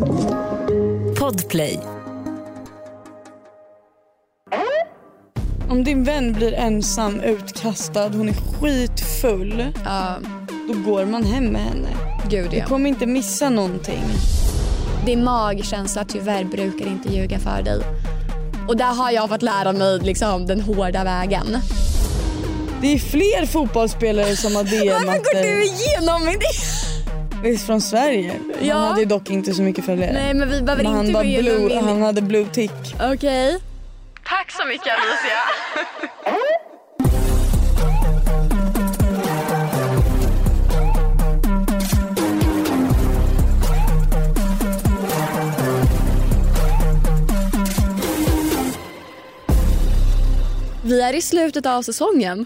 Podplay. Om din vän blir ensam, utkastad, hon är skitfull, då går man hem med henne. Gud, ja. Du kommer inte missa någonting. Din magkänsla tyvärr brukar inte ljuga för dig. Och där har jag fått lära mig liksom den hårda vägen. Det är fler fotbollsspelare som har DMat. Varför går du igenom med det? Det är från Sverige. Ja. Han hade ju dock inte så mycket följare. Nej, men vi behöver inte gå igenom min... Han hade blue tick. Okej. Tack så mycket, Alicia. Vi är i slutet av säsongen.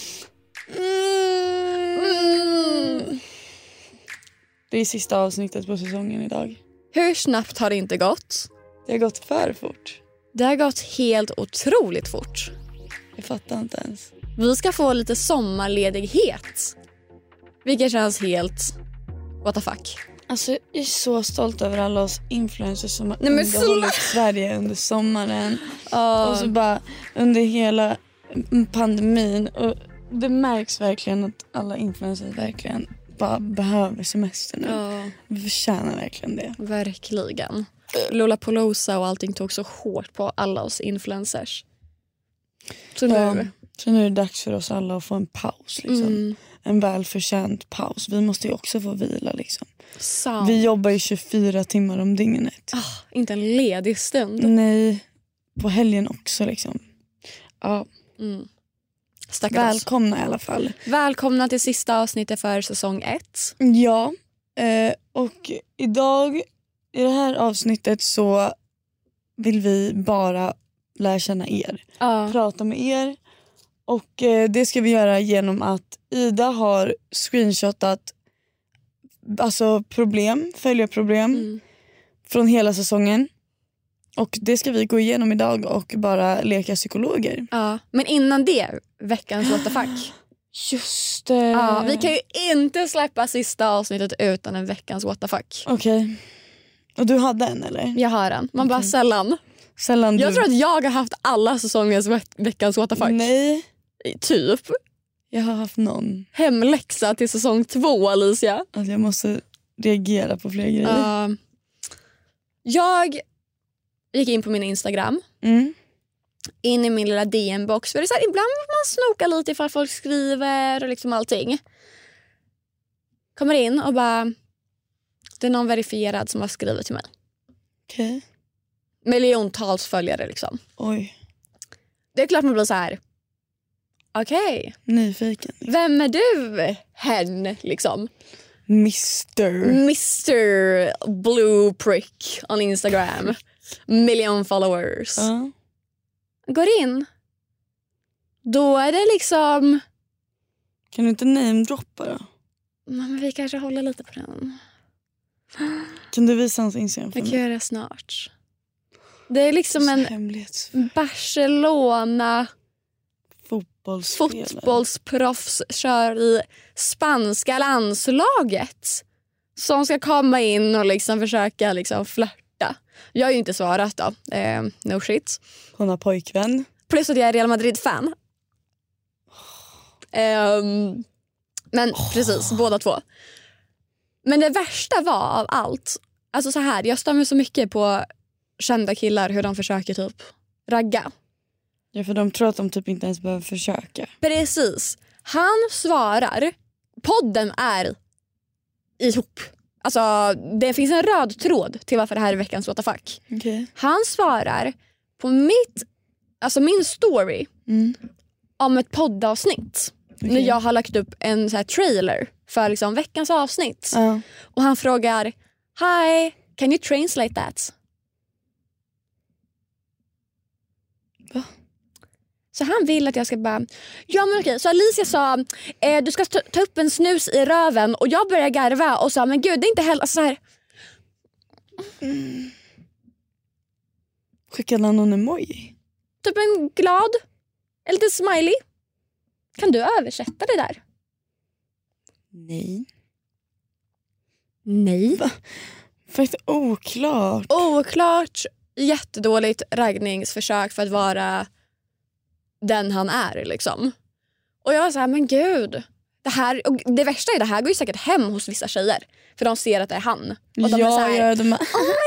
Det är sista avsnittet på säsongen idag. Hur snabbt har det inte gått? Det har gått för fort. Det har gått helt otroligt fort. Jag fattar inte ens. Vi ska få lite sommarledighet. Vilket känns helt... What the fuck? Alltså jag är så stolt över alla oss influencers som har underhållit Sverige under sommaren. Och så bara under hela pandemin. Och det märks verkligen att alla influencers verkligen bara behöver semester nu. Vi förtjänar verkligen det. Verkligen. Lollapalooza och allting tog så hårt på alla oss influencers. Så nu är det dags för oss alla att få en paus liksom. En välförtjänt paus. Vi måste ju också få vila liksom. Vi jobbar ju 24 timmar om dygnet. Inte en ledig stund. Nej, på helgen också liksom. Ja. Välkomna i alla fall. Välkomna till sista avsnittet för säsong 1. Ja, och idag i det här avsnittet så vill vi bara lära känna er. Prata med er. Och det ska vi göra genom att Ida har screenshotat alltså följarproblem från hela säsongen. Och det ska vi gå igenom idag och bara leka psykologer. Ja, men innan det, veckans what the fuck. Just det. Ja, vi kan ju inte släppa sista avsnittet utan en veckans what the fuck. Okej. Och du hade en eller? Jag har en, man bara sällan. Jag tror att jag har haft alla säsongers veckans what the fuck. Nej. Typ. Jag har haft någon. Hemläxa till säsong 2, Alicia. Alltså jag måste reagera på fler grejer. Jag gick in på min Instagram. In i min lilla DM-box. För det är så här, ibland vill man snoka lite ifall folk skriver och liksom allting. Kommer in och bara... Det är någon verifierad som har skrivit till mig. Okej. Miljontals följare liksom. Oj. Det är klart man blir så här. Okej. Nyfiken. Liksom. Vem är du? Hen liksom. Mr. Blue Prick on Instagram. Million followers. Går in. Då är det liksom... Kan du inte namedroppa då? Men vi kanske håller lite på den. Kan du visa hans Instagram för mig? Jag kan göra det snart. Det är liksom en Barcelona fotbollsproffs kör i spanska landslaget som ska komma in och liksom försöka liksom flörta. Jag har ju inte svarat då. No shit. Hon har pojkvän. Plus att jag är Real Madrid-fan. Men precis, båda två. Men det värsta var av allt. Alltså så här, jag stämmer så mycket på kända killar hur de försöker typ ragga. Ja, för de tror att de typ inte ens behöver försöka. Precis. Han svarar, podden är ihop. Alltså det finns en röd tråd till varför det här är veckans what the fuck. Okay. Han svarar på min story om ett poddavsnitt. Okay. När jag har lagt upp en så här trailer för liksom veckans avsnitt. Och han frågar, hi, can you translate that? Va? Så han vill att jag ska bara... Ja men okej, så Alicia sa du ska ta upp en snus i röven. Och jag började garva och sa, men gud det är inte heller alltså, så här. Skickade han någon emoji? Typ en glad, en liten smiley. Kan du översätta det där? Nej. Nej. Va? Fett oklart. Oklart, jättedåligt raggningsförsök för att vara den han är liksom. Och jag var så här, men gud. Det värsta är, det här går ju säkert hem hos vissa tjejer. För de ser att det är han. Och de är så här, ja, de är... oh my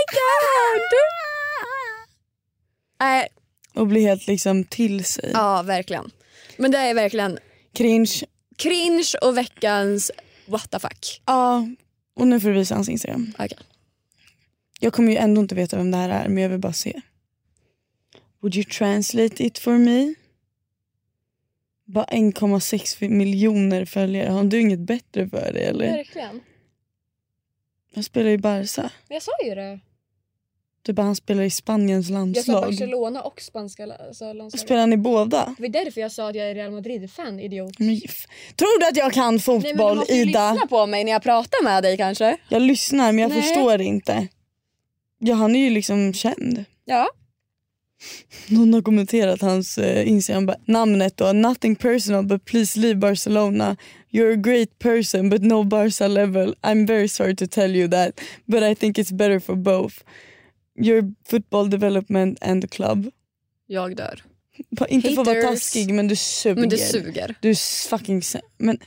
god. Och blir helt liksom till sig. Ja, verkligen. Men det är verkligen cringe och veckans what the fuck. Ja, och nu får du visa hans Instagram. Okay. Jag kommer ju ändå inte veta vem det här är, men jag vill bara se. Would you translate it for me? Bara 1,6 miljoner följare. Har du inget bättre för det, eller? Verkligen. Han spelar i Barca. Jag sa ju det. Du bara, han spelar i Spaniens landslag. Jag sa Barcelona och spanska landslag. Spelar ni båda? Det var därför jag sa att jag är Real Madrid-fan, idiot. Tror du att jag kan fotboll, Ida? Nej, men du måste ju lyssna på mig när jag pratar med dig kanske. Jag lyssnar, men jag förstår inte. Ja, han är ju liksom känd. Ja. Någon har kommenterat hans Instagram. Namnet då. Nothing personal, but please leave Barcelona. You're a great person, but no Barca level. I'm very sorry to tell you that, but I think it's better for both. Your football development and the club. Jag dör. Inte för att vara taskig, men du suger. Men du suger. Du är fucking... Men...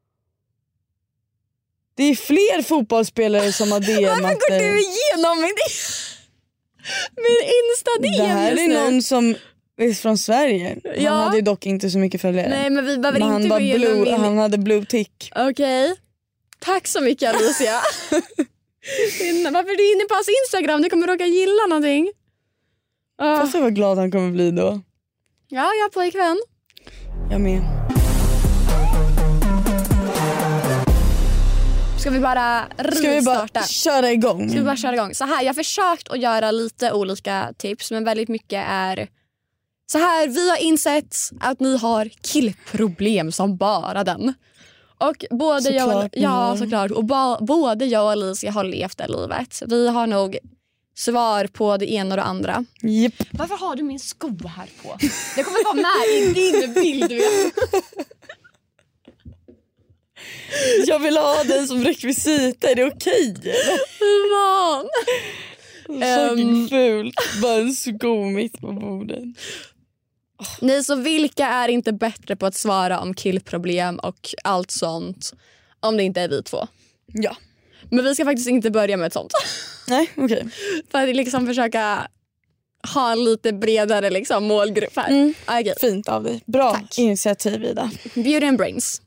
Det är fler fotbollsspelare som har DMat. Varför går du igenom min Insta-DM? Det här är någon som är från Sverige. Han hade ju dock inte så mycket följare. Nej, men vi behöver inte gå igenom min... Han hade blue tick. Okej. Tack så mycket, Alicia. Varför är du inne på hans Instagram? Du kommer råka gilla någonting. Fast jag var glad han kommer bli då. Ja, jag är pojkvän. Jag med. Ska vi bara köra igång? Ska vi bara köra igång? Så här, jag har försökt att göra lite olika tips, men väldigt mycket är så här. Vi har insett att ni har killproblem som bara den. Och både både jag och Alicia har levt det livet. Vi har nog svar på det ena och det andra. Yep. Varför har du min sko här på? Det kommer vara med i din bild. Jag vill ha den som rekvisita. Är det okej? Man. Fucking fult. Bara en sko mitt på bordet. Nej, så vilka är inte bättre på att svara om killproblem och allt sånt om det inte är vi två? Ja. Men vi ska faktiskt inte börja med ett sånt. Nej, okej. För att liksom försöka ha en lite bredare liksom målgrupp här. Okay. Fint av dig. Bra Tack. Initiativ, Ida. Beauty and brains.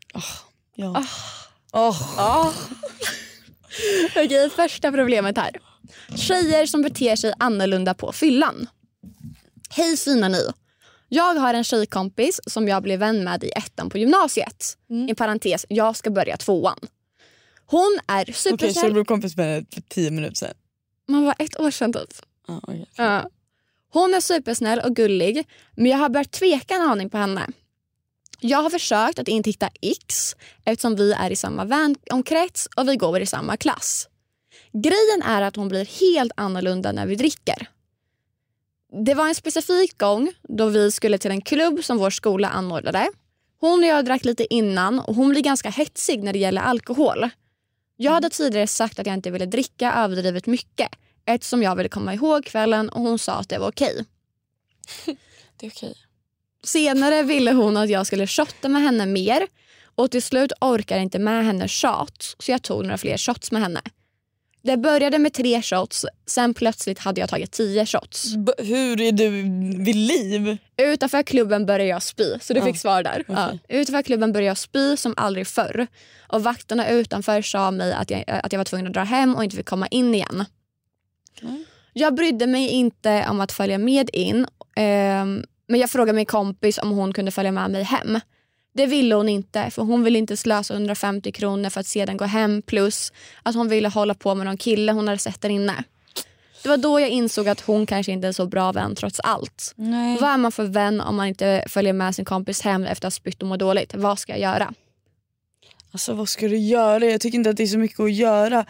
Okej, första problemet här. Tjejer som beter sig annorlunda på fyllan. Hej fina ni. Jag har en tjejkompis som jag blev vän med i 1:an på gymnasiet. I parentes, jag ska börja 2:an. Hon är supersnäll. Okej, så du blev kompis med henne för 10 minuter sedan? Man var 1 år sedan typ. Okay. Hon är supersnäll och gullig, men jag har börjat tveka en aning på henne. Jag har försökt att inte hitta X eftersom vi är i samma vänomkrets och vi går i samma klass. Grejen är att hon blir helt annorlunda när vi dricker. Det var en specifik gång då vi skulle till en klubb som vår skola anordnade. Hon och jag drack lite innan och hon blir ganska hetsig när det gäller alkohol. Jag hade tidigare sagt att jag inte ville dricka överdrivet mycket eftersom jag ville komma ihåg kvällen och hon sa att det var okej. Det är okej. Senare ville hon att jag skulle shotta med henne mer och till slut orkade jag inte med henne shot så jag tog några fler shots med henne. Det började med 3 shots, sen plötsligt hade jag tagit 10 shots. Hur är du vid liv? Utanför klubben började jag spy, så du fick svar där. Okay. Utanför klubben började jag spy som aldrig förr. Och vakterna utanför sa mig att jag var tvungen att dra hem och inte fick komma in igen. Jag brydde mig inte om att följa med in, men jag frågade min kompis om hon kunde följa med mig hem. Det ville hon inte, för hon ville inte slösa 150 kronor för att sedan gå hem, plus att hon ville hålla på med någon kille hon hade sett där inne. Det var då jag insåg att hon kanske inte är så bra vän trots allt. Nej. Vad är man för vän om man inte följer med sin kompis hem efter att ha spytt och må dåligt? Vad ska jag göra? Alltså vad ska du göra? Jag tycker inte att det är så mycket att göra.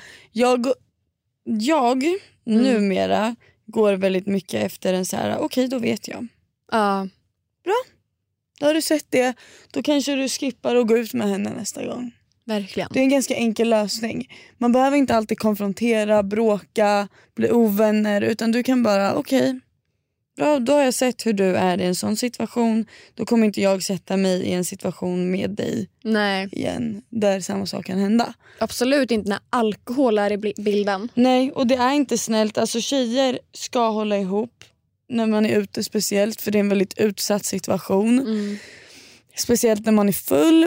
Jag numera går väldigt mycket efter en så här, okej, då vet jag. Bra. Då har du sett det. Då kanske du skippar och går ut med henne nästa gång. Verkligen. Det är en ganska enkel lösning. Man behöver inte alltid konfrontera, bråka, bli ovänner. Utan du kan bara, okej, bra, då har jag sett hur du är i en sån situation. Då kommer inte jag sätta mig i en situation med dig igen. Där samma sak kan hända. Absolut inte när alkohol är i bilden. Nej, och det är inte snällt. Alltså tjejer ska hålla ihop när man är ute speciellt. För det är en väldigt utsatt situation. Speciellt när man är full.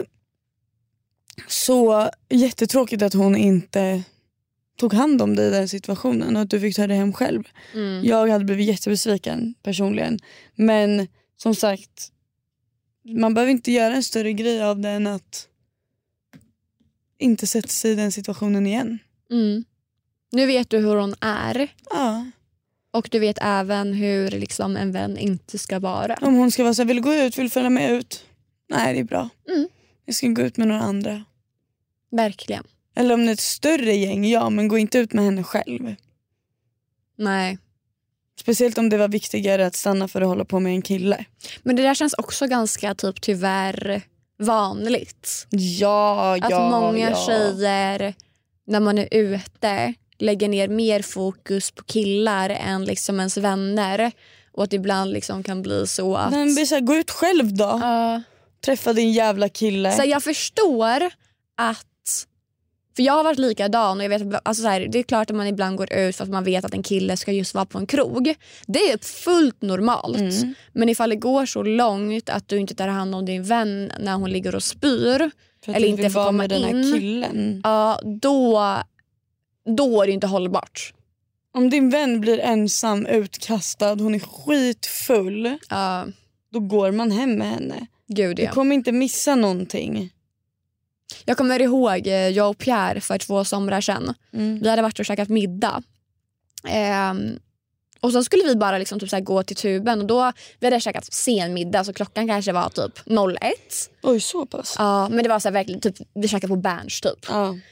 Så jättetråkigt att hon inte tog hand om dig i den situationen och att du fick ta dig hem själv. Jag hade blivit jättebesviken personligen. Men som sagt, man behöver inte göra en större grej av det än att inte sätta sig i den situationen igen. Nu vet du hur hon är. Ja. Och du vet även hur liksom en vän inte ska vara. Om hon ska vara så här, vill gå ut, vill följa med ut. Nej, det är bra. Jag ska gå ut med några andra. Verkligen. Eller om det är ett större gäng, ja, men gå inte ut med henne själv. Nej. Speciellt om det var viktigare att stanna för att hålla på med en kille. Men det där känns också ganska typ tyvärr vanligt. Att många tjejer när man är ute lägger ner mer fokus på killar än liksom ens vänner. Och att ibland liksom kan bli så att... Men så här, gå ut själv då. Träffa din jävla kille. Så jag förstår att... För jag har varit likadan och jag vet, alltså så här, det är klart att man ibland går ut för att man vet att en kille ska just vara på en krog. Det är fullt normalt. Men ifall det går så långt att du inte tar hand om din vän när hon ligger och spyr eller inte får komma med in, den här killen. Då är det inte hållbart. Om din vän blir ensam, utkastad, hon är skitfull, då går man hem med henne. Gud, ja. Du kommer inte missa någonting. Jag kommer ihåg jag och Pierre för 2 somrar sedan. Vi hade varit och käkat middag. Och så skulle vi bara liksom typ så här gå till tuben. Och då, vi hade käkat sen middag så klockan kanske var typ 01. Oj, så pass. Ja, men det var så här verkligen typ, vi käkade på Berns typ.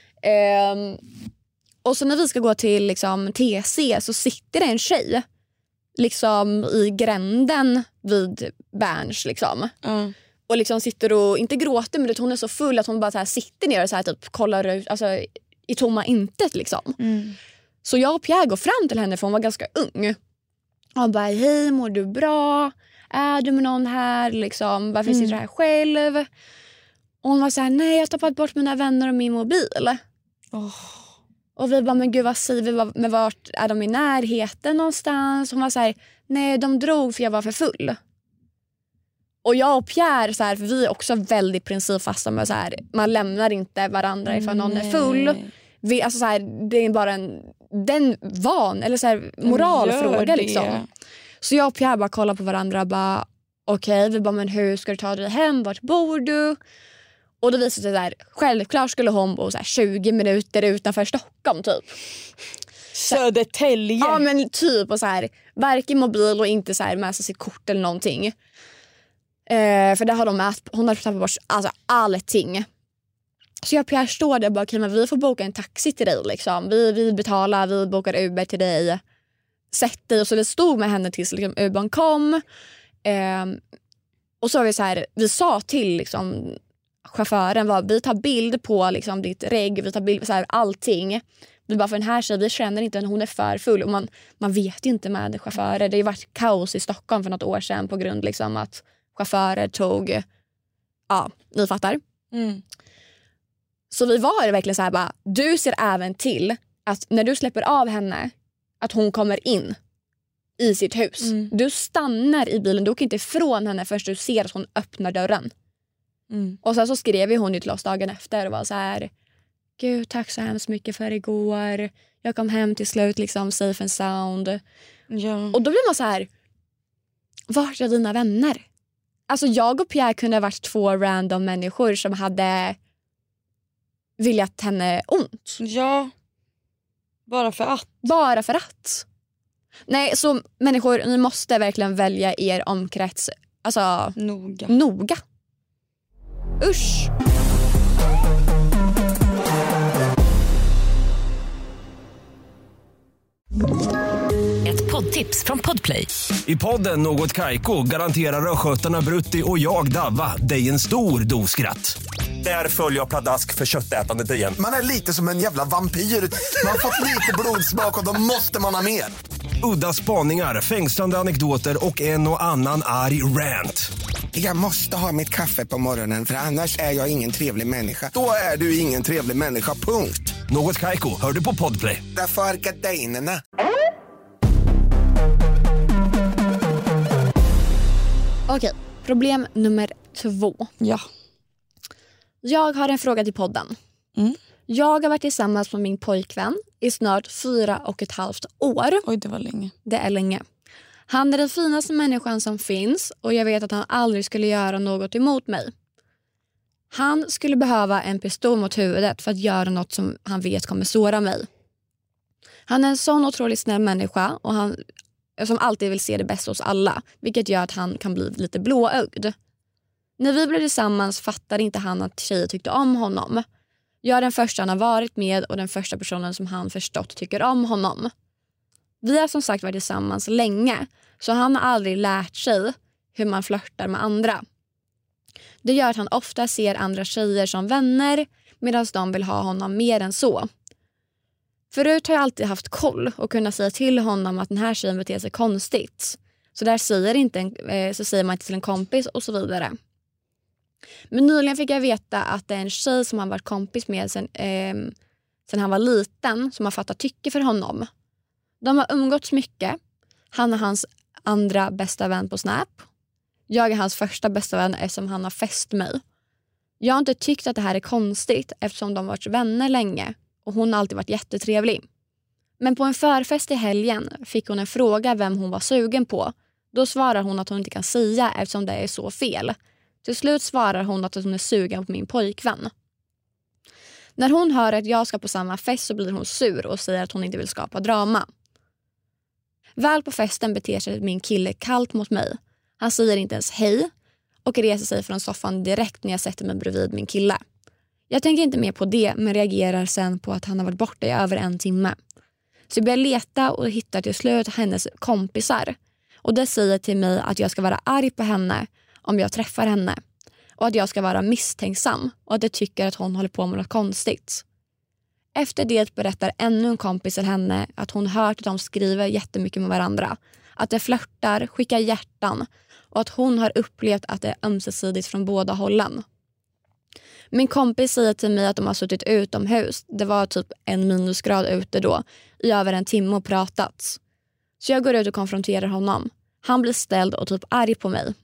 Och så när vi ska gå till liksom TC så sitter det en tjej liksom i gränden vid Berns liksom. Och liksom sitter och inte gråter, men hon är så full att hon bara så här sitter ner och så här typ kollar ut, alltså i tomma intet liksom. Så jag och Pierre går fram till henne för hon var ganska ung. Och bara, hej, mår du bra? Är du med någon här liksom? Varför sitter du här själv? Och hon var så här, nej, jag har tappat bort mina vänner och min mobil. Och vi bara, men gud, vad säger vi? Men vart är de i närheten någonstans? Hon var så här, nej, de drog för jag var för full. Och jag och Pierre, så här, för vi är också väldigt principfasta med så här, man lämnar inte varandra ifall någon är full. Vi, alltså så här, det är bara en eller så här, moralfråga liksom. Så jag och Pierre bara kollar på varandra och bara, okej, vi bara, men hur ska du ta dig hem? Vart bor du? Och då visade det sig självklart skulle hon bo så här 20 minuter utanför Stockholm typ. Södertälje. Ja, men typ, och så här, varken mobil och inte så här med sig sitt kort eller någonting. För där har hon har tappat bort alltså allting. Så jag och Pierre står där och bara, okej, men vi får boka en taxi till dig liksom. Vi betalar, vi bokar Uber till dig. Sätt dig. Och så vi stod med henne tills liksom, Ubern kom. Och så var vi så här, vi sa till liksom chauffören, vi tar bild på liksom ditt regg, vi tar bild på så här, allting. Vi bara, för den här tjejen, vi känner inte att hon är för full. Och man vet ju inte med chaufförer. Det har ju varit kaos i Stockholm för något år sedan på grund liksom att chaufförer tog, ja, ni fattar. Så vi var verkligen så här bara, du ser även till att när du släpper av henne att hon kommer in i sitt hus. Du stannar i bilen, du åker inte ifrån henne förrän du ser att hon öppnar dörren. Och sen så skrev hon ju till oss dagen efter och var så här, gud, tack så hemskt mycket för igår. Jag kom hem till slut liksom safe and sound. Och då blir man så här, vart är dina vänner? Alltså jag och Pierre kunde ha varit 2 random människor som hade viljat henne ont. Ja. Bara för att. Nej, så människor, ni måste verkligen välja er omkrets. Alltså noga. Usch. Ett poddtips från Podplay. I podden Något Kaiko garanterar röskötarna Brutti och jag Davva dig en stor doskratt. Där följer jag pladask för köttätandet igen. Man är lite som en jävla vampyr. Man har fått lite blodsmak och då måste man ha mer. Udda spaningar, fängslande anekdoter och en och annan arg rant. Jag måste ha mitt kaffe på morgonen för annars är jag ingen trevlig människa. Då är du ingen trevlig människa, punkt. Något Kaiko, hör du på Podplay. Därför är gardinerna. Okej, problem nummer 2. Ja. Jag har en fråga till podden. Jag har varit tillsammans med min pojkvän i snart 4,5 år. Oj, det var länge. Det är länge. Han är den finaste människan som finns och jag vet att han aldrig skulle göra något emot mig. Han skulle behöva en pistol mot huvudet för att göra något som han vet kommer såra mig. Han är en sån otroligt snäll människa och han som alltid vill se det bästa hos alla, vilket gör att han kan bli lite blåögd. När vi blev tillsammans fattade inte han att tjejer tyckte om honom. Jag är den första han har varit med och den första personen som han förstått tycker om honom. Vi har som sagt varit tillsammans länge så han har aldrig lärt sig hur man flörtar med andra. Det gör att han ofta ser andra tjejer som vänner medan de vill ha honom mer än så. Förut har jag alltid haft koll och kunnat säga till honom att den här tjejen beter sig konstigt. Så där säger man inte till en kompis och så vidare. Men nyligen fick jag veta att det är en tjej som han varit kompis med sen han var liten som har fattat tycke för honom. De har umgåtts mycket. Han är hans andra bästa vän på Snap. Jag är hans första bästa vän eftersom han har fäst mig. Jag har inte tyckt att det här är konstigt eftersom de varit vänner länge och hon har alltid varit jättetrevlig. Men på en förfest i helgen fick hon en fråga vem hon var sugen på. Då svarar hon att hon inte kan säga eftersom det är så fel. Till slut svarar hon att hon är sugen på min pojkvän. När hon hör att jag ska på samma fest så blir hon sur och säger att hon inte vill skapa drama. Väl på festen beter sig min kille kallt mot mig. Han säger inte ens hej och reser sig från soffan direkt när jag sätter mig bredvid min kille. Jag tänker inte mer på det men reagerar sen på att han har varit borta i över 1 timme. Så jag börjar leta och hittar till slut hennes kompisar. Och det säger till mig att jag ska vara arg på henne om jag träffar henne. Och att jag ska vara misstänksam och att jag tycker att hon håller på med något konstigt. Efter det berättar ännu en kompis till henne att hon hört att de skriver jättemycket med varandra. Att de flörtar, skickar hjärtan och att hon har upplevt att det är ömsesidigt från båda hållen. Min kompis säger till mig att de har suttit utomhus. Det var typ 1 minusgrad ute då. I över 1 timme och pratats. Så jag går ut och konfronterar honom. Han blir ställd och typ arg på mig.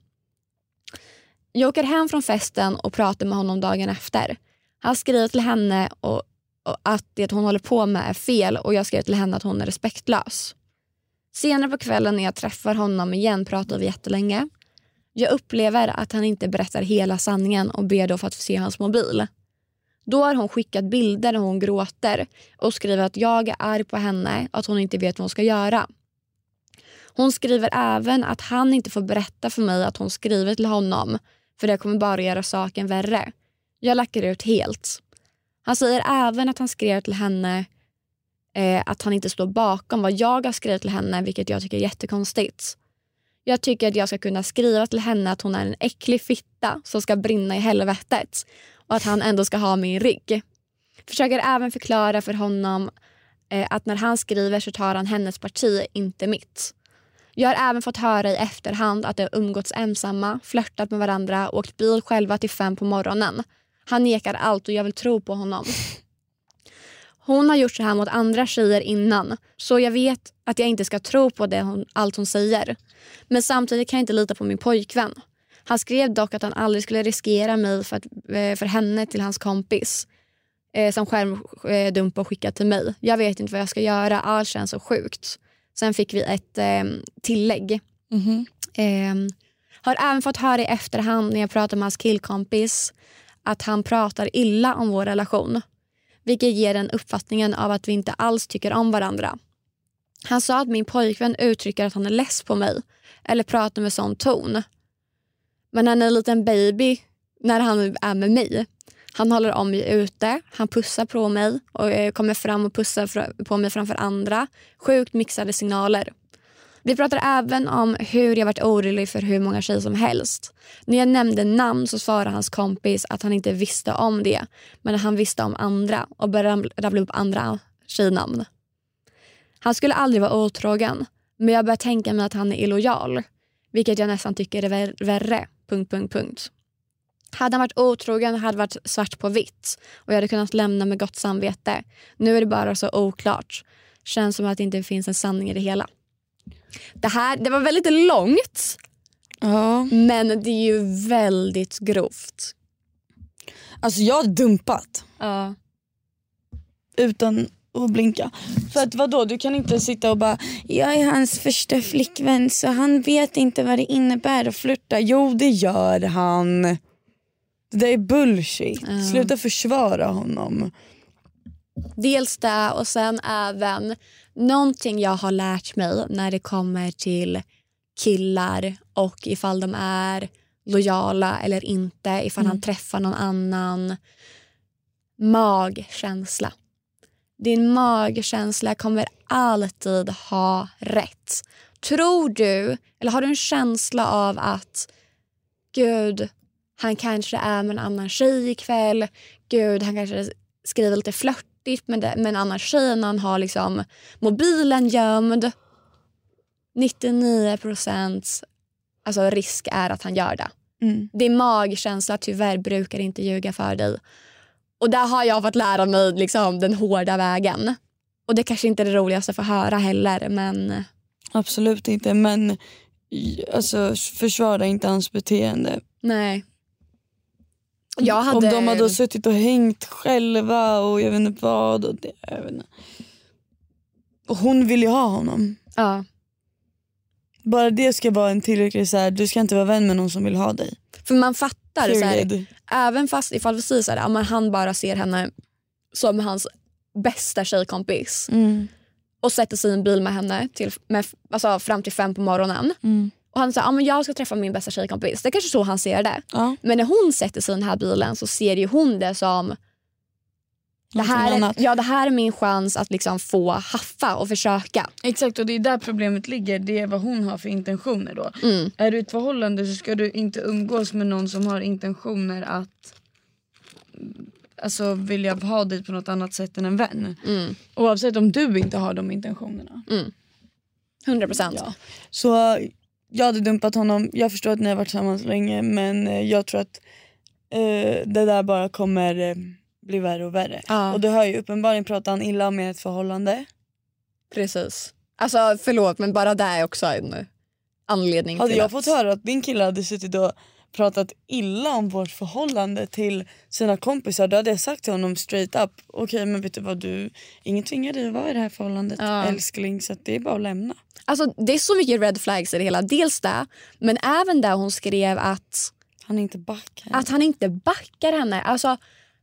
Jag åker hem från festen och pratar med honom dagen efter. Han skriver till henne och att det hon håller på med är fel och jag skriver till henne att hon är respektlös. Senare på kvällen när jag träffar honom igen pratar vi jättelänge. Jag upplever att han inte berättar hela sanningen och ber då för att få se hans mobil. Då har hon skickat bilder när hon gråter och skriver att jag är arg på henne och att hon inte vet vad hon ska göra. Hon skriver även att han inte får berätta för mig att hon skriver till honom för det kommer bara göra saken värre. Jag lackar ut helt. Han säger även att han skrev till henne att han inte står bakom vad jag har skrivit till henne, vilket jag tycker är jättekonstigt. Jag tycker att jag ska kunna skriva till henne att hon är en äcklig fitta som ska brinna i helvetet och att han ändå ska ha min rygg. Försöker även förklara för honom att när han skriver så tar han hennes parti, inte mitt. Jag har även fått höra i efterhand att de umgåtts ensamma, flörtat med varandra och åkt bil själva till 5 på morgonen. Han nekar allt och jag vill tro på honom. Hon har gjort så här mot andra tjejer innan. Så jag vet att jag inte ska tro på allt hon säger. Men samtidigt kan jag inte lita på min pojkvän. Han skrev dock att han aldrig skulle riskera mig för henne till hans kompis. Som själv dumpade och skickade till mig. Jag vet inte vad jag ska göra. Allt känns så sjukt. Sen fick vi ett tillägg. Har även fått höra i efterhand när jag pratar med hans killkompis att han pratar illa om vår relation. Vilket ger den uppfattningen av att vi inte alls tycker om varandra. Han sa att min pojkvän uttrycker att han är less på mig. Eller pratar med sån ton. Men han är en liten baby när han är med mig. Han håller om mig ute. Han pussar på mig och kommer fram och pussar på mig framför andra. Sjukt mixade signaler. Vi pratar även om hur jag varit orolig för hur många tjejer som helst. När jag nämnde namn så svarade hans kompis att han inte visste om det. Men han visste om andra och började rabbla upp andra tjejnamn. Han skulle aldrig vara otrogen. Men jag börjar tänka mig att han är illojal. Vilket jag nästan tycker är värre. ... Hade han varit otrogen hade varit svart på vitt. Och jag hade kunnat lämna med gott samvete. Nu är det bara så oklart. Känns som att det inte finns en sanning i det hela. Det var väldigt långt. Ja. Men det är ju väldigt grovt. Alltså jag har dumpat. Ja. Utan att blinka. För att vadå, du kan inte sitta och bara jag är hans första flickvän så han vet inte vad det innebär att flirta. Jo, det gör han. Det där är bullshit. Sluta försvara honom. Dels det och sen även någonting jag har lärt mig när det kommer till killar och ifall de är lojala eller inte, ifall han träffar någon annan. Magkänsla. Din magkänsla kommer alltid ha rätt. Tror du, eller har du en känsla av att gud, han kanske är med en annan tjej ikväll. Gud, han kanske skriver lite flörtigt med en annan tjej när han har liksom mobilen gömd. 99% alltså risk är att han gör det. Din magkänsla tyvärr brukar inte ljuga för dig. Och där har jag fått lära mig liksom den hårda vägen. Och det kanske inte är det roligaste för att höra heller, men... Absolut inte, men alltså, försvara inte hans beteende. Nej. Om de hade suttit och hängt själva och jag vet inte vad. Och det, jag vet inte. Och hon vill ju ha honom. Ja. Bara det ska vara en tillräcklig så här, du ska inte vara vän med någon som vill ha dig. För man fattar så här, även fast ifall vi säger så här, men han bara ser henne som hans bästa tjejkompis och sätter sig i en bil med henne alltså fram till 5 på morgonen. Och han säger, men jag ska träffa min bästa tjejkompis. Det är kanske så han ser det. Men när hon sätter sig i den här bilen så ser ju hon det som det här är min chans att liksom få haffa och försöka. Exakt, och det är där problemet ligger. Det är vad hon har för intentioner då. Är du i ett förhållande så ska du inte umgås med någon som har intentioner att alltså vilja ha dig på något annat sätt än en vän. Oavsett om du inte har de intentionerna. 100%. Ja. Så jag hade dumpat honom. Jag förstår att ni har varit tillsammans länge, men jag tror att det där bara kommer bli värre och värre. Och du hör ju uppenbarligen pratar han illa med ett förhållande. Precis. Alltså förlåt, men bara det är också en anledning hade till jag fått höra att din kille hade suttit och pratat illa om vårt förhållande till sina kompisar, då hade jag sagt till honom straight up, okej, men vet du vad, ingen tvingar dig att vara i det här förhållandet, älskling, så att det är bara att lämna. Alltså det är så mycket red flags i det hela. Dels det, men även där hon skrev att han inte backar henne. Alltså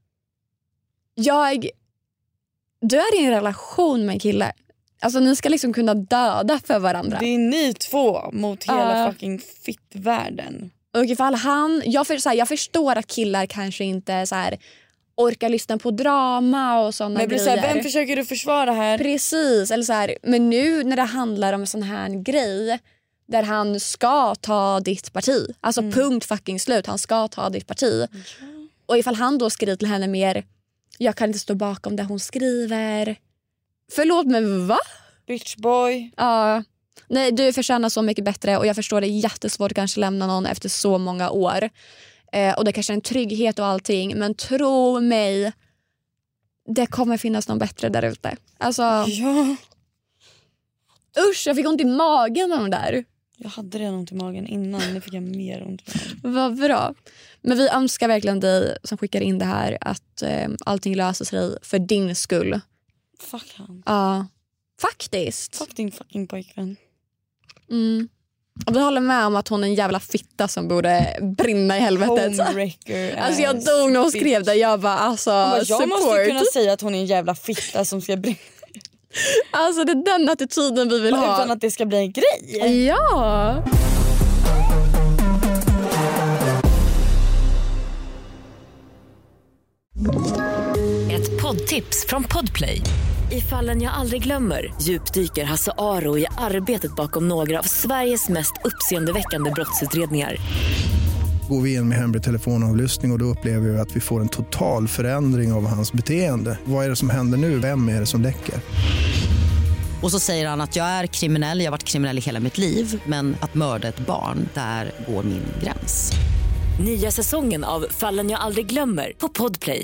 du är i en relation med en kille. Alltså ni ska liksom kunna döda för varandra. Det är ni två mot hela fucking fittvärlden. Och ifall jag förstår att killar kanske inte så här orkar lyssna på drama och såna grejer. Så här, vem försöker du försvara här? Precis, eller så här, men nu när det handlar om en sån här grej där han ska ta ditt parti. Alltså punkt fucking slut, han ska ta ditt parti. Och ifall han då skriver till henne mer, jag kan inte stå bakom det hon skriver. Förlåt, men va? Bitch boy. Ja. Nej, du förtjänar så mycket bättre. Och jag förstår det är jättesvårt att kanske lämna någon efter så många år. Och det kanske är en trygghet och allting. Men tro mig, det kommer finnas någon bättre där ute. Alltså, ja. Usch, jag fick ont i magen av den där. Jag hade redan ont i magen innan. Nu fick jag mer ont i magen. Vad bra. Men vi önskar verkligen dig som skickar in det här att allting löser sig för din skull. Fuck han. Ja, faktiskt. Fuck din fucking pojkvän. Och vi håller med om att hon är en jävla fitta som borde brinna i helvetet. Alltså jag dog när hon skrev det. Jag bara, alltså, jag måste kunna säga att hon är en jävla fitta som ska brinna. Alltså det är den attityden vi vill ha. Utan att det ska bli en grej. Ja. Ett poddtips från Podplay. I Fallen jag aldrig glömmer djupdyker Hasse Aro i arbetet bakom några av Sveriges mest uppseendeväckande brottsutredningar. Går vi in med hemlig telefonavlyssning och då upplever vi att vi får en total förändring av hans beteende. Vad är det som händer nu? Vem är det som läcker? Och så säger han att jag är kriminell, jag har varit kriminell i hela mitt liv. Men att mörda ett barn, där går min gräns. Nya säsongen av Fallen jag aldrig glömmer på Podplay.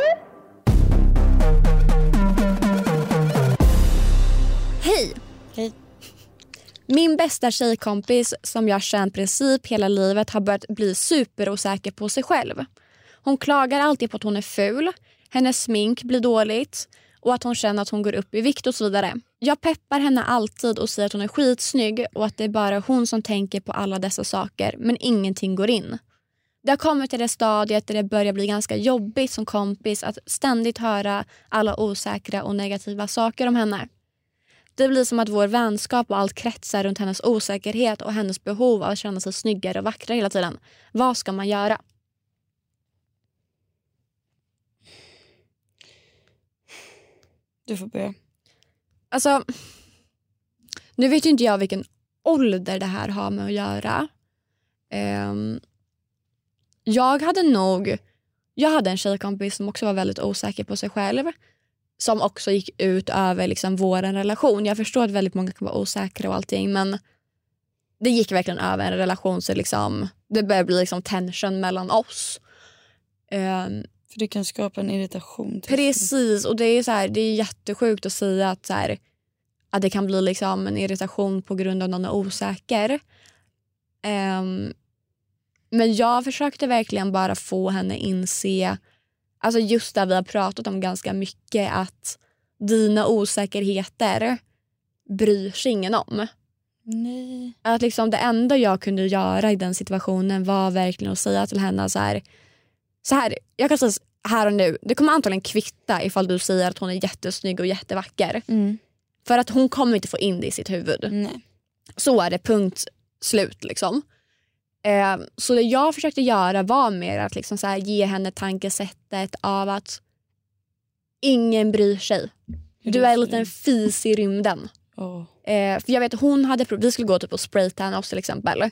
Hej! Hej. Min bästa tjejkompis som jag känt princip hela livet har börjat bli superosäker på sig själv. Hon klagar alltid på att hon är ful, hennes smink blir dåligt och att hon känner att hon går upp i vikt och så vidare. Jag peppar henne alltid och säger att hon är skitsnygg och att det är bara hon som tänker på alla dessa saker, men ingenting går in. Det har kommit till det stadiet där det börjar bli ganska jobbigt som kompis att ständigt höra alla osäkra och negativa saker om henne. Det blir som att vår vänskap och allt kretsar runt hennes osäkerhet och hennes behov av att känna sig snyggare och vackrare hela tiden. Vad ska man göra? Du får börja. Alltså, nu vet ju inte jag vilken ålder det här har med att göra. Jag hade en tjejkompis som också var väldigt osäker på sig själv. Som också gick ut över liksom vår relation. Jag förstår att väldigt många kan vara osäkra och allting, men det gick verkligen över en relation, så liksom, det började bli liksom tension mellan oss. För det kan skapa en irritation. Precis, och det är så här, det är jättesjukt att säga att, så här, att det kan bli liksom en irritation på grund av någon är osäker. Men jag försökte verkligen bara få henne inse, alltså just där vi har pratat om ganska mycket, att dina osäkerheter bryr sig ingen om. Nej. Att liksom det enda jag kunde göra i den situationen var verkligen att säga till henne så här, jag kan säga här och nu, det kommer antagligen kvitta ifall du säger att hon är jättesnygg och jättevacker. För att hon kommer inte få in det i sitt huvud. Nej. Så är det, punkt slut liksom. Så det jag försökte göra var mer att liksom så här ge henne tankesättet av att ingen bryr sig. Du är en liten fis i rymden. För jag vet, hon hade vi skulle gå typ och spraytan oss till exempel.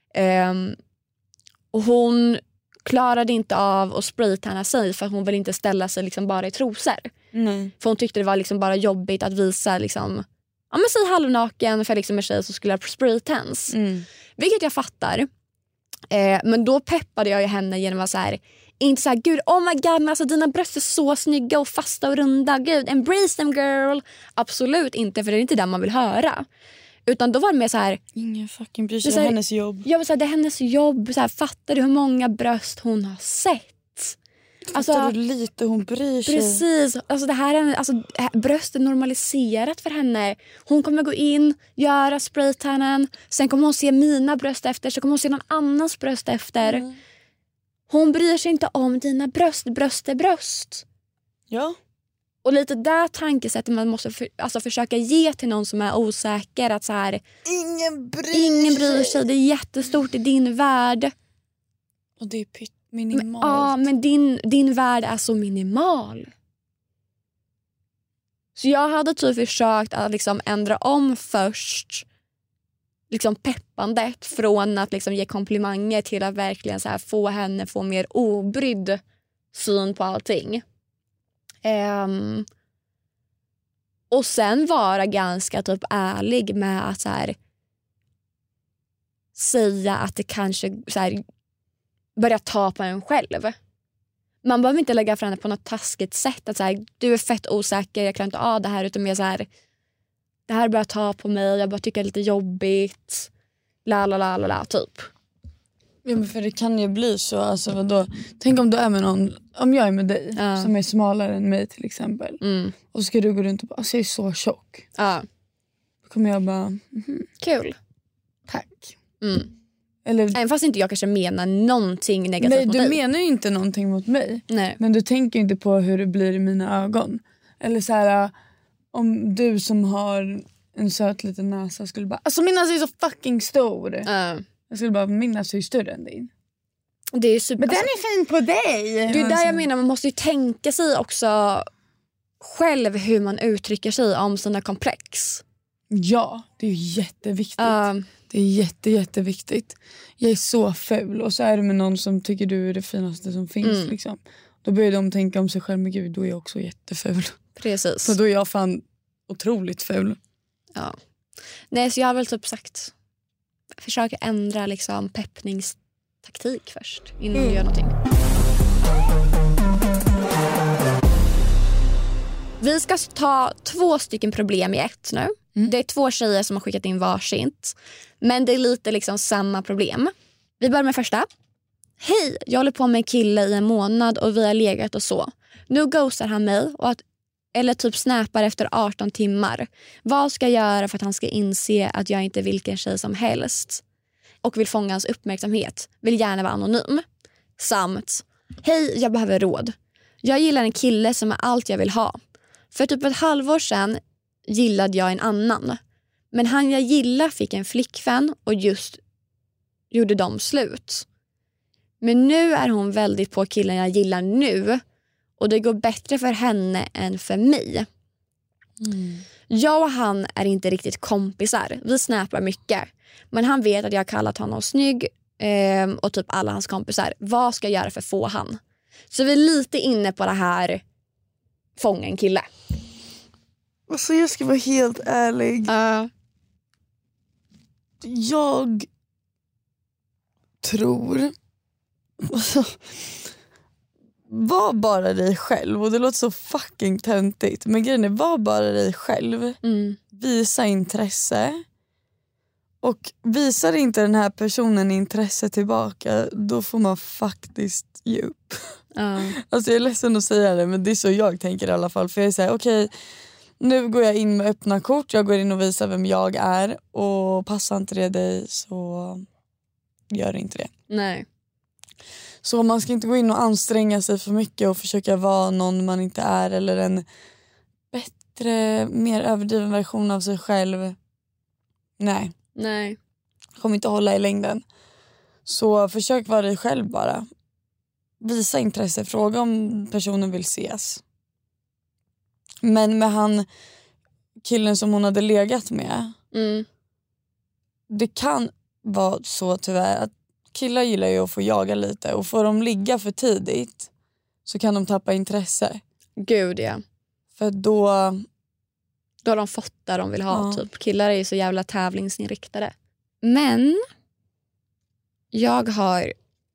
Och hon klarade inte av att spraytanna sig för att hon vill inte ställa sig liksom bara i trosor. Nej. För hon tyckte det var liksom bara jobbigt att visa liksom, ja men säg halvnaken för liksom en tjej som skulle ha spraytans. Vilket jag fattar. Men då peppade jag ju henne genom att så här, inte så här, gud, oh my god, men alltså dina bröst är så snygga och fasta och runda, gud, embrace them girl. Absolut inte, för det är inte det man vill höra. Utan då var det mer så här, ingen fucking bryr sig, det är hennes jobb. Jag vill säga, det är hennes jobb, så här, fattar du hur många bröst hon har sett? Fattar du lite hon bryr sig? Precis, alltså det här är, alltså, bröst är normaliserat för henne. Hon kommer gå in, göra spraytannen, sen kommer hon se mina bröst efter, så kommer hon se någon annans bröst efter. Hon bryr sig inte om dina bröst, bröst är bröst. Ja. Och lite där tankesättet man måste försöka ge till någon som är osäker, att så här, ingen bryr sig, det är jättestort i din värld. Och det är minimalt. Ja, men din värld är så minimal. Så jag hade typ försökt att liksom ändra om först liksom peppandet från att liksom ge komplimanger till att verkligen så här få henne få mer obrydd syn på allting. Och sen vara ganska typ ärlig med att så här, säga att det kanske så här, börja ta på en själv. Man behöver inte lägga fram henne på något taskigt sätt. Att så här, du är fett osäker, jag klarar inte av det här. Utan mer så här, det här börjar ta på mig, jag bara tycker det är lite jobbigt. La typ. Ja, men för det kan ju bli så. Alltså, vadå? Tänk om du är med någon, om jag är med dig som är smalare än mig till exempel. Och så ska du gå runt och bara, alltså jag är så tjock. Då kommer jag bara, kul. Tack. Eller, även fast inte jag kanske menar någonting negativt mot dig. Nej, du menar ju inte någonting mot mig. Nej. Men du tänker inte på hur det blir i mina ögon. Eller så här, om du som har en söt liten näsa skulle bara, alltså min näsa är så fucking stor. Jag skulle bara, min näsa är större än din. Det är super, men den är fin på dig. Det är där jag menar, man måste ju tänka sig också själv hur man uttrycker sig om sina komplex. Ja, det är ju jätteviktigt. Det är jätteviktigt. Jag är så ful och så är det med någon som tycker du är det finaste som finns. Liksom. Då börjar de tänka om sig själv, men gud, då är jag också jätteful. Precis. Så då är jag fan otroligt ful. Ja. Nej, så jag har väl typ sagt försöka ändra liksom peppningstaktik först innan du gör någonting. Vi ska ta 2 stycken problem i ett nu. Det är 2 tjejer som har skickat in varsitt. Men det är lite liksom samma problem. Vi börjar med första. Hej, jag håller på med en kille i en månad och vi har legat och så. Nu ghostar han mig eller typ snappar efter 18 timmar. Vad ska jag göra för att han ska inse att jag inte är vilken tjej som helst? Och vill fånga hans uppmärksamhet. Vill gärna vara anonym. Samt, hej, jag behöver råd. Jag gillar en kille som är allt jag vill ha. För typ ett halvår sedan gillade jag en annan. Men han jag gillar fick en flickvän och just gjorde de slut. Men nu är hon väldigt på killen jag gillar nu. Och det går bättre för henne än för mig. Jag och han är inte riktigt kompisar. Vi snappar mycket. Men han vet att jag har kallat honom snygg. Och typ alla hans kompisar. Vad ska jag göra för att få han? Så vi är lite inne på det här. Fånga en kille. Alltså jag ska vara helt ärlig. Jag tror... var bara dig själv. Och det låter så fucking töntigt. Men grejen är, var bara dig själv. Visa intresse. Och visar inte den här personen intresse tillbaka, då får man faktiskt ge upp. Alltså jag är ledsen att säga det, men det är så jag tänker i alla fall. För jag säger okej, nu går jag in med öppna kort. Jag går in och visar vem jag är. Och passar inte det dig, så gör inte det. Nej. Så man ska inte gå in och anstränga sig för mycket och försöka vara någon man inte är, eller en bättre, mer överdriven version av sig själv. Nej. Kommer inte hålla i längden. Så försök vara dig själv bara. Visa intresse, fråga om personen vill ses. Men med han killen som hon hade legat med, det kan vara så tyvärr att killar gillar ju att få jaga lite. Och får de ligga för tidigt så kan de tappa intresse. Gud, ja. För då har de fått där de vill ha. Typ. Killar är ju så jävla tävlingsinriktade. Men jag har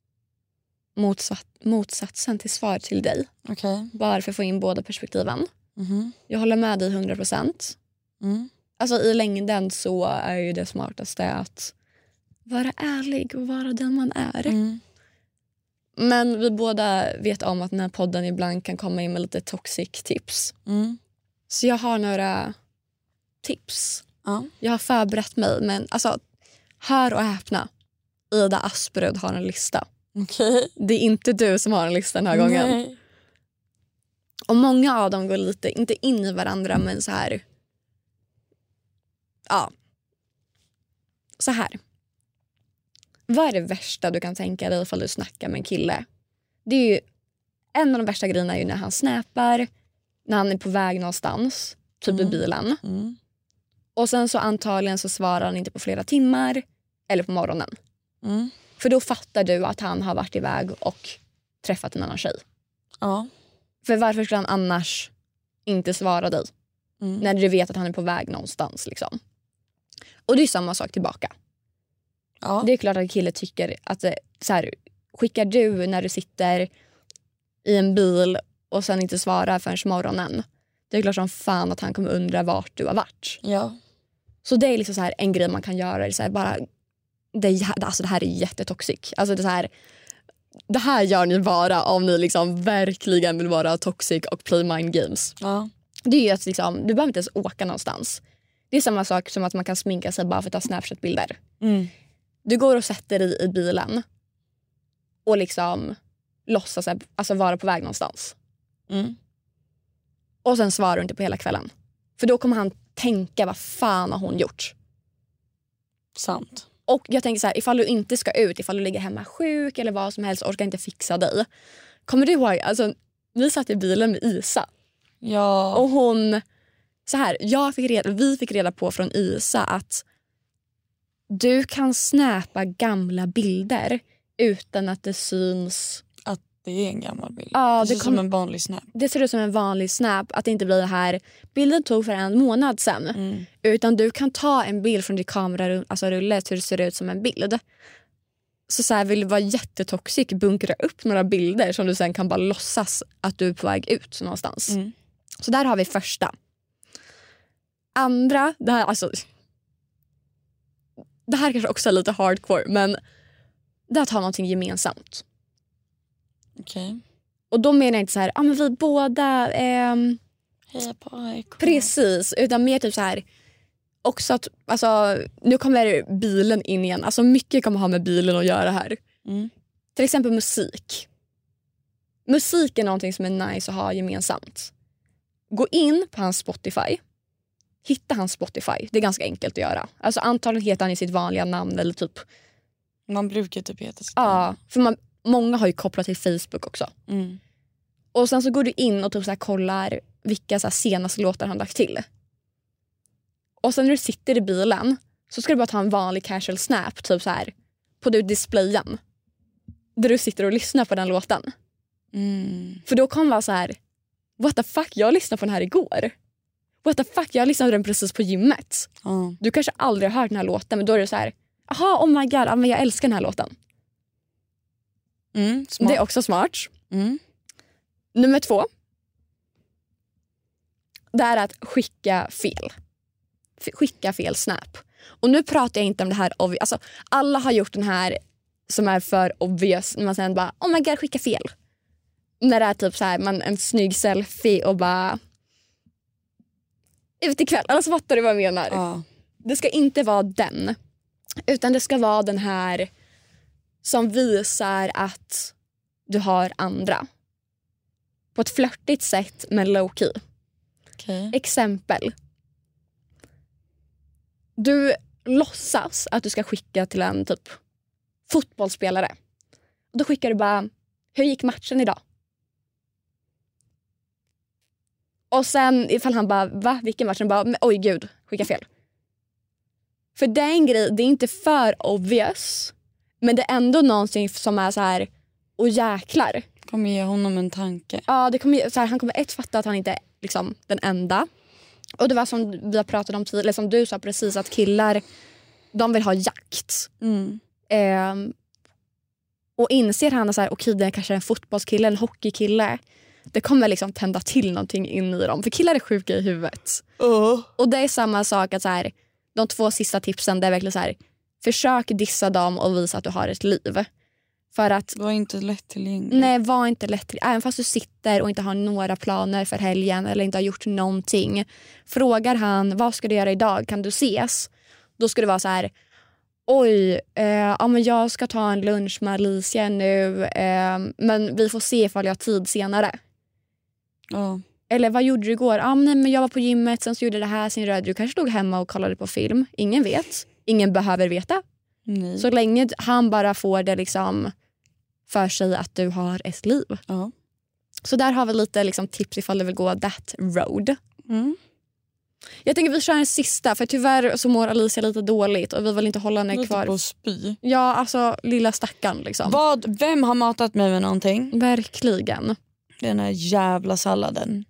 motsatsen till svar till dig. Okay. Bara för att få in båda perspektiven. Jag håller med dig 100%. Alltså i längden så är ju det smartaste att vara ärlig och vara den man är. Men vi båda vet om att den här podden ibland kan komma in med lite toxic tips. Så jag har några tips. Jag har förberett mig, men alltså, hör och häpna. Ida Asprud har en lista. Okay. Det är inte du som har en lista den här gången. Nej. Och många av dem går lite, inte in i varandra, men så här. Ja. Så här. Vad är det värsta du kan tänka dig ifall du snackar med en kille? Det är ju, en av de värsta grejerna är ju när han snappar, när han är på väg någonstans, typ i bilen. Och sen så antagligen så svarar han inte på flera timmar eller på morgonen. För då fattar du att han har varit iväg och träffat en annan tjej. Ja. För varför skulle han annars inte svara dig? När du vet att han är på väg någonstans liksom. Och det är samma sak tillbaka. Ja. Det är klart att kille tycker att så här, skickar du när du sitter i en bil och sen inte svarar förrän morgonen. Det är klart som fan att han kommer undra vart du har varit. Ja. Så det är liksom så här en grej man kan göra. Så här, bara, alltså det här är jättetoxic. Alltså det här gör ni bara om ni liksom verkligen vill vara toxic och play mind games. Ja. Det är ju att liksom, du behöver inte ens åka någonstans. Det är samma sak som att man kan sminka sig bara för att ta Snapchat-bilder. Du går och sätter dig i bilen och liksom låtsas alltså vara på väg någonstans. Och sen svarar du inte på hela kvällen. För då kommer han tänka, vad fan har hon gjort? Sant. Och jag tänker så här, ifall du inte ska ut, ifall du ligger hemma sjuk eller vad som helst, orkar inte fixa dig. Kommer du ihåg, alltså vi satt i bilen med Isa. Ja. Och hon... Så här, vi fick reda på från Isa att du kan snappa gamla bilder utan att det syns... Att det är en gammal bild. Ja, det ser ut som en vanlig snap. Det ser ut som en vanlig snap. Att det inte blir det här... Bilden tog för en månad sedan. Utan du kan ta en bild från din kamera, alltså rulle, så det ser ut som en bild. Så här, vill du vara jättetoxic, bunkra upp några bilder som du sen kan bara låtsas att du är på väg ut någonstans. Så där har vi första. Andra, det här kanske också är lite hardcore, men det är att ha någonting gemensamt. Okej. Och då menar jag inte så här, men vi båda... Heja på AIK. Precis, utan mer typ så här... Också att, alltså, nu kommer bilen in igen. Alltså mycket kommer ha med bilen att göra här. Till exempel musik. Musik är någonting som är nice att ha gemensamt. Gå in på hans Spotify. Hitta hans Spotify. Det är ganska enkelt att göra. Alltså antagligen heter han i sitt vanliga namn eller typ... Man brukar typ heta sitt namn. Ja, för många har ju kopplat till Facebook också. Och sen så går du in och typ så här kollar vilka så här senaste låtar han lagt till. Och sen när du sitter i bilen så ska du bara ta en vanlig casual snap typ så här på displayen. Där du sitter och lyssnar på den låten. För då kommer vara så här: what the fuck, jag lyssnade på den här igår. What the fuck, jag lyssnade den precis på gymmet. Du kanske aldrig har hört den här låten, men då är det så här: aha, oh my god, men jag älskar den här låten. Det är också smart. Nummer 2. Det är att skicka fel snap. Och nu pratar jag inte om det här alltså, alla har gjort den här som är för obvious, när man sen bara oh my god, skicka fel. När det är typ så här, en snygg selfie och bara ut ikväll. Alltså fattar du vad jag menar? Det ska inte vara den, utan det ska vara den här som visar att du har andra på ett flörtigt sätt, men low key. Exempel: du låtsas att du ska skicka till en typ fotbollsspelare. Då skickar du bara: hur gick matchen idag? Och sen ifall han bara, va? Vilken matchen? Bara, oj gud, skicka fel. För det är en grej, det är inte för obvious, men det är ändå någonting som är så här: och jäklar. Kommer ge honom en tanke. Ja, det kommer, så här, han kommer fatta att han inte är liksom den enda. Och det var som vi har pratat om tidigare, som du sa precis, att killar, de vill ha jakt. Och inser han så här, okej, det är kanske en fotbollskille, en hockeykille. Det kommer liksom tända till någonting in i dem. För killar är sjuka i huvudet. Och det är samma sak att så här, de 2 sista tipsen, det är verkligen så här: försök dissa dem och visa att du har ett liv. För att var inte lättillgänglig. Nej, var inte lättillgänglig. Även fast du sitter och inte har några planer för helgen eller inte har gjort någonting. Frågar han, vad ska du göra idag? Kan du ses? Då ska det vara så här: oj, men jag ska ta en lunch med Alicia nu. Men vi får se ifall jag har tid senare. Eller vad gjorde du igår? Men jag var på gymmet, sen så gjorde det här, sen rörde du kanske stod hemma och kollade på film. Ingen vet. Ingen behöver veta. Nej. Så länge han bara får det liksom för sig att du har ett liv. Så där har vi lite liksom tips ifall du vill gå that road. Jag tänker vi kör en sista, för tyvärr så mår Alicia lite dåligt och vi vill inte hålla henne lite kvar. På spy. Ja, alltså lilla stackarn liksom. Vem har matat mig med någonting? Verkligen. Den här jävla salladen.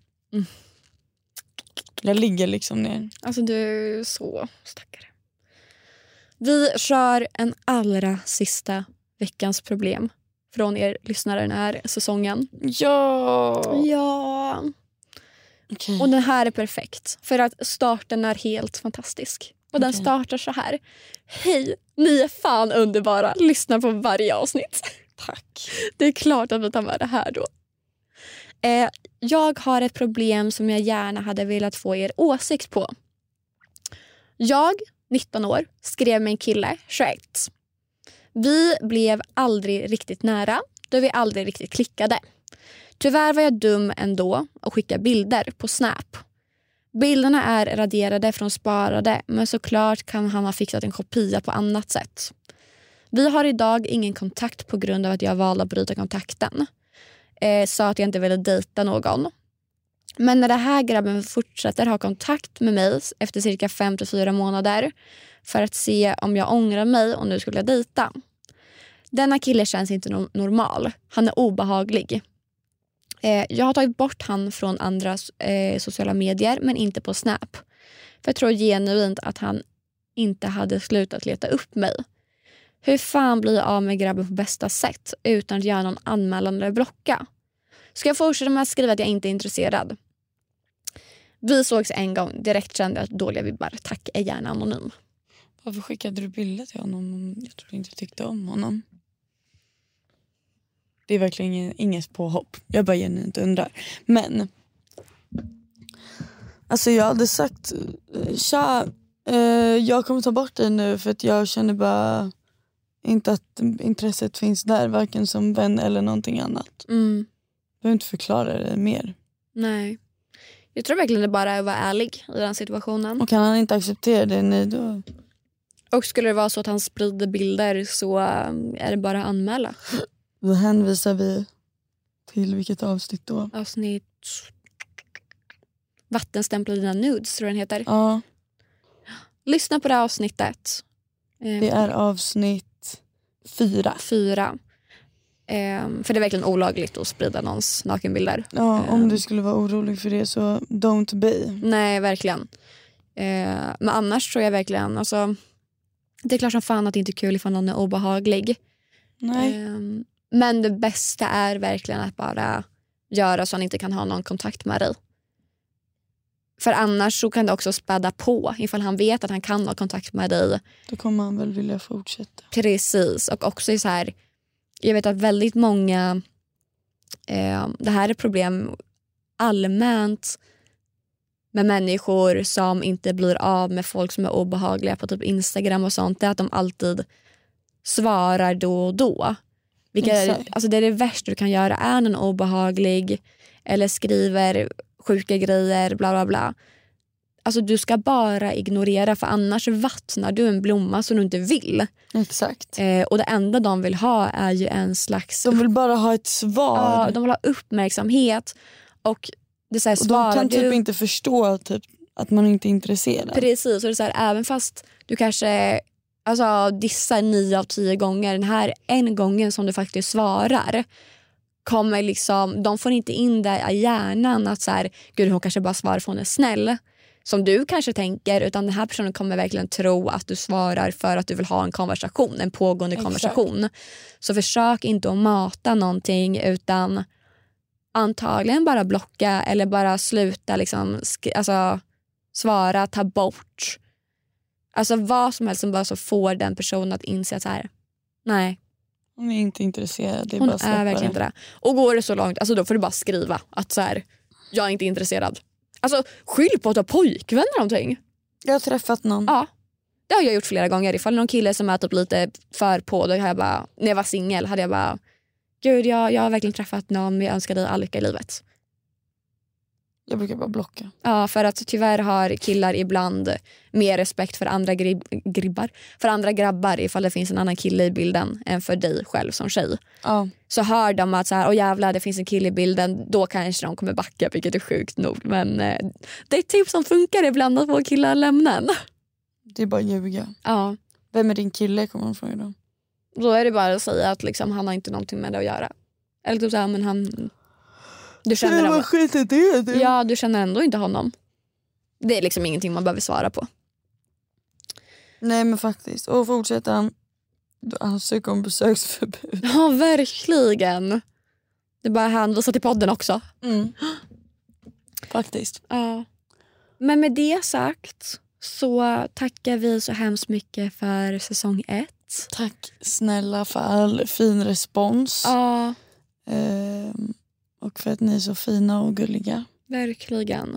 Jag ligger liksom ner. Alltså du är så stackare. Vi kör en allra sista veckans problem från er lyssnare den här säsongen. Ja. Okay. Och den här är perfekt, för att starten är helt fantastisk. Och den startar så här: hej, ni är fan underbara. Lyssna på varje avsnitt. Tack. Det är klart att vi tar med det här då. Jag har ett problem som jag gärna hade velat få er åsikt på. Jag, 19 år, skrev med en kille, 21. Vi blev aldrig riktigt nära, då vi aldrig riktigt klickade. Tyvärr var jag dum ändå och skickade bilder på Snap. Bilderna är raderade från sparade, men såklart kan han ha fixat en kopia på annat sätt. Vi har idag ingen kontakt på grund av att jag valde att bryta kontakten. Sa att jag inte ville dejta någon. Men när det här grabben fortsätter ha kontakt med mig efter cirka 5-4 månader för att se om jag ångrar mig och nu skulle jag dejta. Denna kille känns inte normal. Han är obehaglig. Jag har tagit bort han från andra sociala medier men inte på Snap. För jag tror genuint att han inte hade slutat leta upp mig. Hur fan blir jag av med grabben på bästa sätt utan att göra någon anmälan eller blocka? Ska jag fortsätta med att skriva att jag inte är intresserad? Vi sågs en gång. Direkt kände jag dåliga vibbar. Tack, är gärna anonym. Varför skickade du bilder till honom? Jag tror inte tyckte om honom. Det är verkligen inget påhopp. Jag bara genuint undrar. Men alltså jag hade sagt tja, jag kommer ta bort dig nu för att jag känner bara inte att intresset finns där, varken som vän eller någonting annat. Mm. Jag behöver inte förklara det mer. Nej. Jag tror verkligen det bara är att vara ärlig i den situationen. Och kan han inte acceptera det, nej då. Och skulle det vara så att han sprider bilder så är det bara att anmäla. Då hänvisar vi till vilket avsnitt då? Avsnitt Vattenstämpla dina nudes tror jag den heter. Ja. Lyssna på det här avsnittet. Det är avsnitt 4. För det är verkligen olagligt att sprida någons nakenbilder. Ja, om du skulle vara orolig för det så don't be. Nej, verkligen. Men annars tror jag verkligen, alltså, det är klart som fan att det inte är kul ifall någon är obehaglig. Nej. Men det bästa är verkligen att bara göra så att han inte kan ha någon kontakt med dig. För annars så kan det också späda på ifall han vet att han kan ha kontakt med dig. Då kommer han väl vilja fortsätta. Precis, och också så här, jag vet att väldigt många, det här är problem allmänt med människor som inte blir av med folk som är obehagliga på typ Instagram och sånt, det är att de alltid svarar då och då. Alltså det är det värsta du kan göra, är någon obehaglig eller skriver sjuka grejer, bla bla bla. Alltså du ska bara ignorera, för annars vattnar du en blomma som du inte vill. Exakt. Och det enda de vill ha är ju en slags... De vill bara ha ett svar. Ja, de vill ha uppmärksamhet. Och det är så här, och de kan typ inte förstå typ, att man inte är intresserad. Precis, och det är så här, även fast du kanske dissar 9 av 10 gånger, den här en gången som du faktiskt svarar kommer liksom, de får inte in det i hjärnan att så här, gud hon kanske bara svarar för hon är snäll som du kanske tänker, utan den här personen kommer verkligen tro att du svarar för att du vill ha en konversation, en pågående konversation. Så försök inte att mata någonting, utan antagligen bara blocka eller bara sluta liksom, svara, ta bort. Alltså vad som helst som bara så får den personen att inse att så här, nej. Hon är inte intresserad. Det är hon bara är verkligen inte det. Och går det så långt, alltså då får du bara skriva att så här, jag är inte intresserad. Alltså skyll på att ha pojkvän eller någonting. Jag har träffat någon. Ja, det har jag gjort flera gånger. Ifall någon kille som är typ lite för på, då har jag bara, när jag var singel hade jag bara, gud jag har verkligen träffat någon, jag önskar dig all lycka i livet. Jag brukar bara blocka. Ja, för att tyvärr har killar ibland mer respekt för andra för andra grabbar ifall det finns en annan kille i bilden än för dig själv som tjej. Ja. Så hör de att så här, åh jävlar, det finns en kille i bilden, då kanske de kommer backa, vilket är sjukt nog. Men det är typ som funkar ibland att få killar lämna en. Det är bara ljuga. Ja. Vem är din kille, kommer man fråga då? Då är det bara att säga att liksom, han har inte någonting med det att göra. Eller typ så här, men han... Du känner det. Ja, du känner ändå inte honom. Det är liksom ingenting man behöver svara på. Nej, men faktiskt. Och fortsätter han ansöka om besöksförbud. Ja, verkligen. Det är bara hänvisa till podden också. Mm. Faktiskt. Ja. Men med det sagt så tackar vi så hemskt mycket för säsong 1. Tack snälla för all fin respons. Ja. Och för att ni är så fina och gulliga. Verkligen.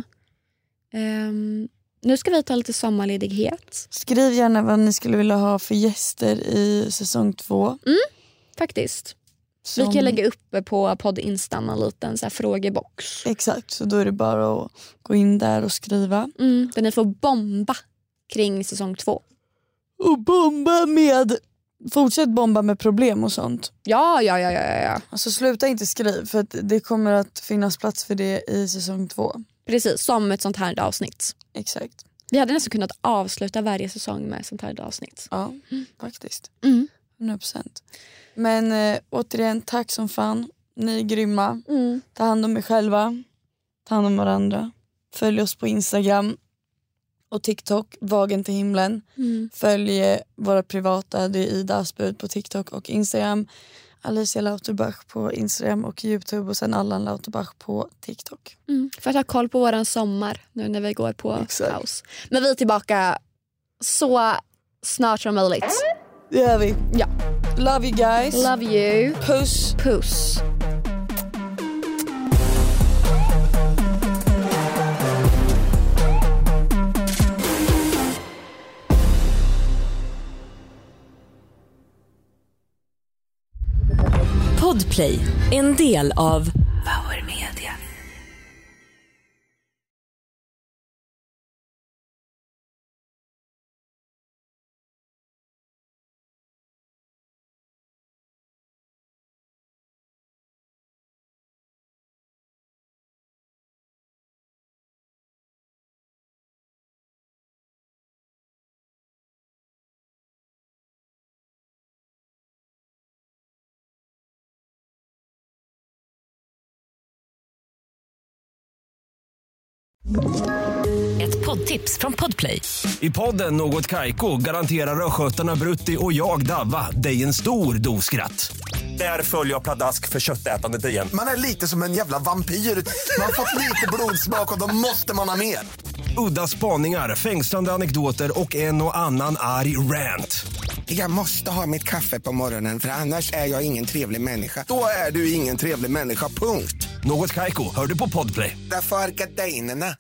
Nu ska vi ta lite sommarledighet. Skriv gärna vad ni skulle vilja ha för gäster i säsong 2. Faktiskt. Vi kan lägga upp på podd Instan en liten så här frågebox. Exakt, så då är det bara att gå in där och skriva. Där ni får bomba kring säsong 2. Och bomba med fortsätt bomba med problem och sånt. Ja. Alltså sluta inte skriva för att det kommer att finnas plats för det i säsong 2. Precis, som ett sånt här avsnitt. Exakt. Vi hade nästan kunnat avsluta varje säsong med ett sånt här avsnitt. Ja, faktiskt. 100%. Men återigen, tack som fan. Ni är grymma. Ta hand om er själva. Ta hand om varandra. Följ oss på Instagram och TikTok, Vagen till himlen. Följ våra privata, det är Ida Asbud på TikTok och Instagram. Alicia Lauterbach på Instagram och YouTube och sen Allan Lauterbach på TikTok. För att ha koll på våran sommar nu när vi går på paus. Men vi är tillbaka så snart som möjligt. Det gör vi. Ja. Love you guys. Love you. Puss. Podplay, en del av Power Media. Ett poddtips från Podplay. I podden Något Kaiko garanterar röskötarna Brutti och jag Davva dig en stor doskratt. Där följer jag pladask för köttätandet igen. Man är lite som en jävla vampyr. Man har fått lite blodsmak och då måste man ha mer. Udda spaningar, fängslande anekdoter och en och annan arg rant. Jag måste ha mitt kaffe på morgonen för annars är jag ingen trevlig människa. Då är du ingen trevlig människa, punkt. Något Kaiko, hör du på Podplay. Därför är gardinerna.